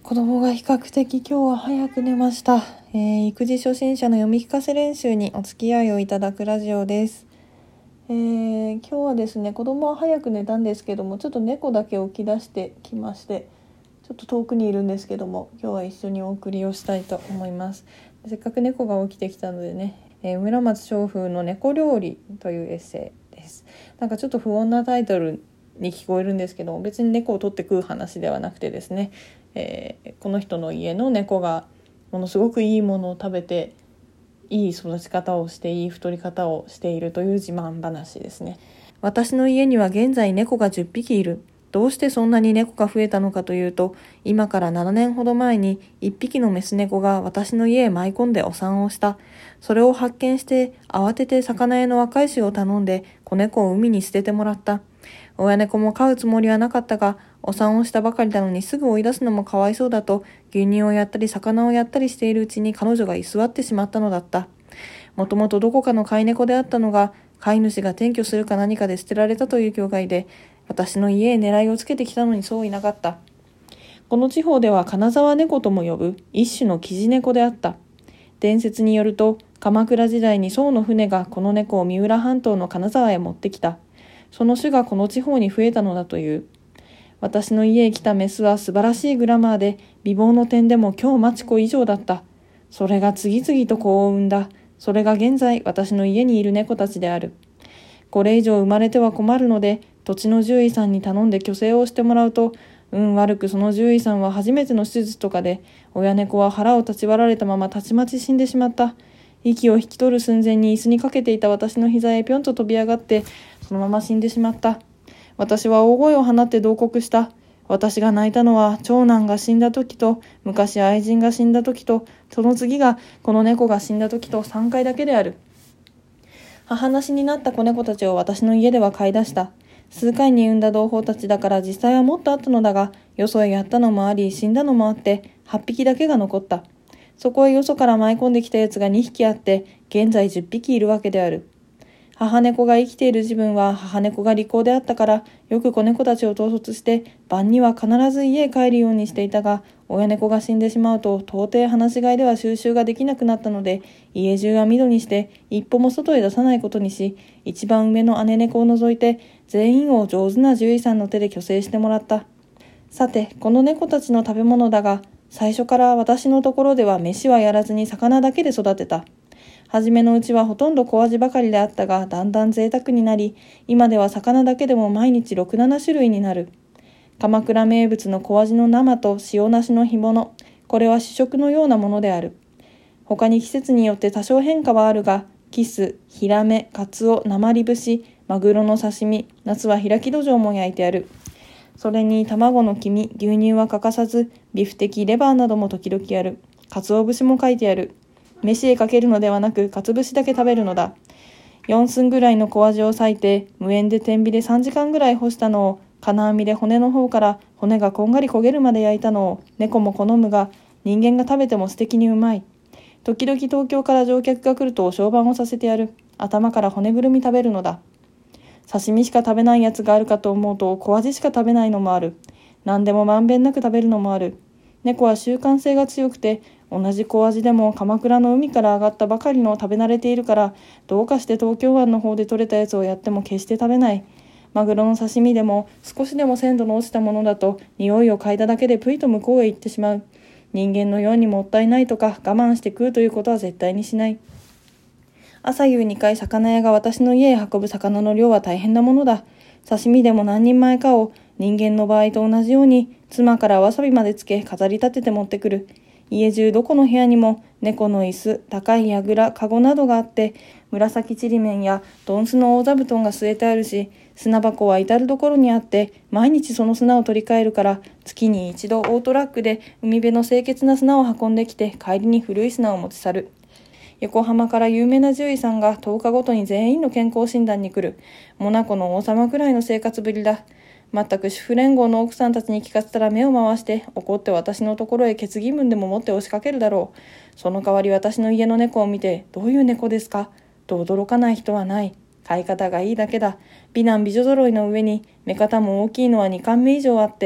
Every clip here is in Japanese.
子供が比較的今日は早く寝ました。育児初心者の読み聞かせ練習にお付き合いをいただくラジオです。今日はですね、子供は早く寝たんですけども、ちょっと猫だけ起き出してきまして、ちょっと遠くにいるんですけども、今日は一緒にお送りをしたいと思います。せっかく猫が起きてきたのでね、村松昌風の猫料理というエッセイです。なんかちょっと不穏なタイトルに聞こえるんですけど、別に猫を取って食う話ではなくてですね、この人の家の猫がものすごくいいものを食べて、いい育ち方をしていい太り方をしているという自慢話ですね。私の家には現在猫が10匹いる。どうしてそんなに猫が増えたのかというと、今から7年ほど前に1匹のメス猫が私の家へ舞い込んでお産をした。それを発見して慌てて魚屋の若い衆を頼んで子猫を海に捨ててもらった。親猫も飼うつもりはなかったが、お産をしたばかりなのにすぐ追い出すのもかわいそうだと、牛乳をやったり魚をやったりしているうちに彼女が居座ってしまったのだった。もともとどこかの飼い猫であったのが、飼い主が転居するか何かで捨てられたという境外で、私の家へ狙いをつけてきたのにそういなかった。この地方では金沢猫とも呼ぶ一種のキジ猫であった。伝説によると、鎌倉時代に宋の船がこの猫を三浦半島の金沢へ持ってきた。その種がこの地方に増えたのだという。私の家へ来たメスは素晴らしいグラマーで、美貌の点でも今日マチコ以上だった。それが次々と子を産んだ。それが現在私の家にいる猫たちである。これ以上生まれては困るので、土地の獣医さんに頼んで去勢をしてもらうと、悪くその獣医さんは初めての手術とかで、親猫は腹を立ち割られたままたちまち死んでしまった。息を引き取る寸前に椅子にかけていた私の膝へぴょんと飛び上がって、そのまま死んでしまった。私は大声を放って慟哭した。私が泣いたのは長男が死んだ時と、昔愛人が死んだ時と、その次がこの猫が死んだ時と3回だけである。母なしになった子猫たちを私の家では飼い出した。数回に産んだ同胞たちだから実際はもっとあったのだが、よそへやったのもあり死んだのもあって8匹だけが残った。そこへよそから舞い込んできたやつが2匹あって、現在10匹いるわけである。母猫が生きている自分は母猫が利口であったから、よく子猫たちを統率して晩には必ず家へ帰るようにしていたが、親猫が死んでしまうと到底放し飼いでは収集ができなくなったので、家中は網戸にして一歩も外へ出さないことにし、一番上の姉猫を除いて全員を上手な獣医さんの手で去勢してもらった。さて、この猫たちの食べ物だが、最初から私のところでは飯はやらずに魚だけで育てた。はじめのうちはほとんど小味ばかりであったが、だんだん贅沢になり、今では魚だけでも毎日6、7種類になる。鎌倉名物の小味の生と塩なしの干物、これは主食のようなものである。他に季節によって多少変化はあるが、キス、ヒラメ、カツオ、なまり節、マグロの刺身、夏は開きどじょうも焼いてある。それに卵の黄身、牛乳は欠かさず、ビフテキ、レバーなども時々ある。鰹節も書いてある。飯へかけるのではなく、かつ節だけ食べるのだ。4寸ぐらいの小味を裂いて、無塩で天火で3時間ぐらい干したのを、金網で骨の方から骨がこんがり焦げるまで焼いたのを、猫も好むが、人間が食べても素敵にうまい。時々東京から乗客が来るとお商売をさせてやる。頭から骨ぐるみ食べるのだ。刺身しか食べないやつがあるかと思うと、小味しか食べないのもある。何でもまんべんなく食べるのもある。猫は習慣性が強くて、同じ小味でも鎌倉の海から上がったばかりの食べ慣れているから、どうかして東京湾の方で取れたやつをやっても決して食べない。マグロの刺身でも少しでも鮮度の落ちたものだと、匂いを嗅いだだけでぷいと向こうへ行ってしまう。人間のようにもったいないとか我慢して食うということは絶対にしない。朝夕2回魚屋が私の家へ運ぶ魚の量は大変なものだ。刺身でも何人前かを人間の場合と同じように妻からわさびまでつけ飾り立てて持ってくる。家中どこの部屋にも猫の椅子、高い櫓、かごなどがあって、紫ちりめんやドンスの大座布団が据えてあるし、砂箱は至るところにあって、毎日その砂を取り替えるから、月に一度オートラックで海辺の清潔な砂を運んできて、帰りに古い砂を持ち去る。横浜から有名な獣医さんが10日ごとに全員の健康診断に来る。モナコの王様くらいの生活ぶりだ。全く主婦連合の奥さんたちに聞かせたら目を回して怒って私のところへ決議文でも持って押しかけるだろう。その代わり私の家の猫を見て、どういう猫ですかと驚かない人はない。飼い方がいいだけだ。美男美女揃いの上に目方も大きいのは2貫目以上あって、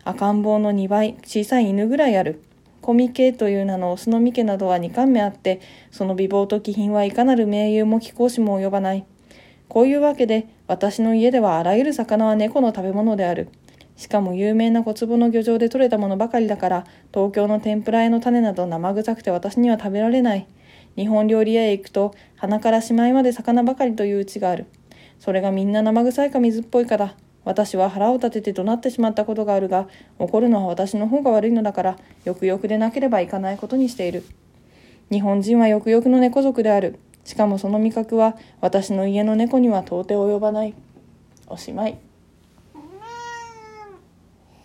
赤ん坊の2倍、小さい犬ぐらいある。コミケという名のオスのミケなどは2冠目あって、その美貌と気品はいかなる名優も貴公子も及ばない。こういうわけで、私の家ではあらゆる魚は猫の食べ物である。しかも有名な小坪の漁場で採れたものばかりだから、東京の天ぷら屋の種など生臭くて私には食べられない。日本料理屋へ行くと、鼻からしまいまで魚ばかりといううちがある。それがみんな生臭いか水っぽいかだ。私は腹を立てて怒鳴ってしまったことがあるが、怒るのは私の方が悪いのだから、よくよくでなければいかないことにしている。日本人はよくよくの猫族である。しかもその味覚は、私の家の猫には到底及ばない。おしまい。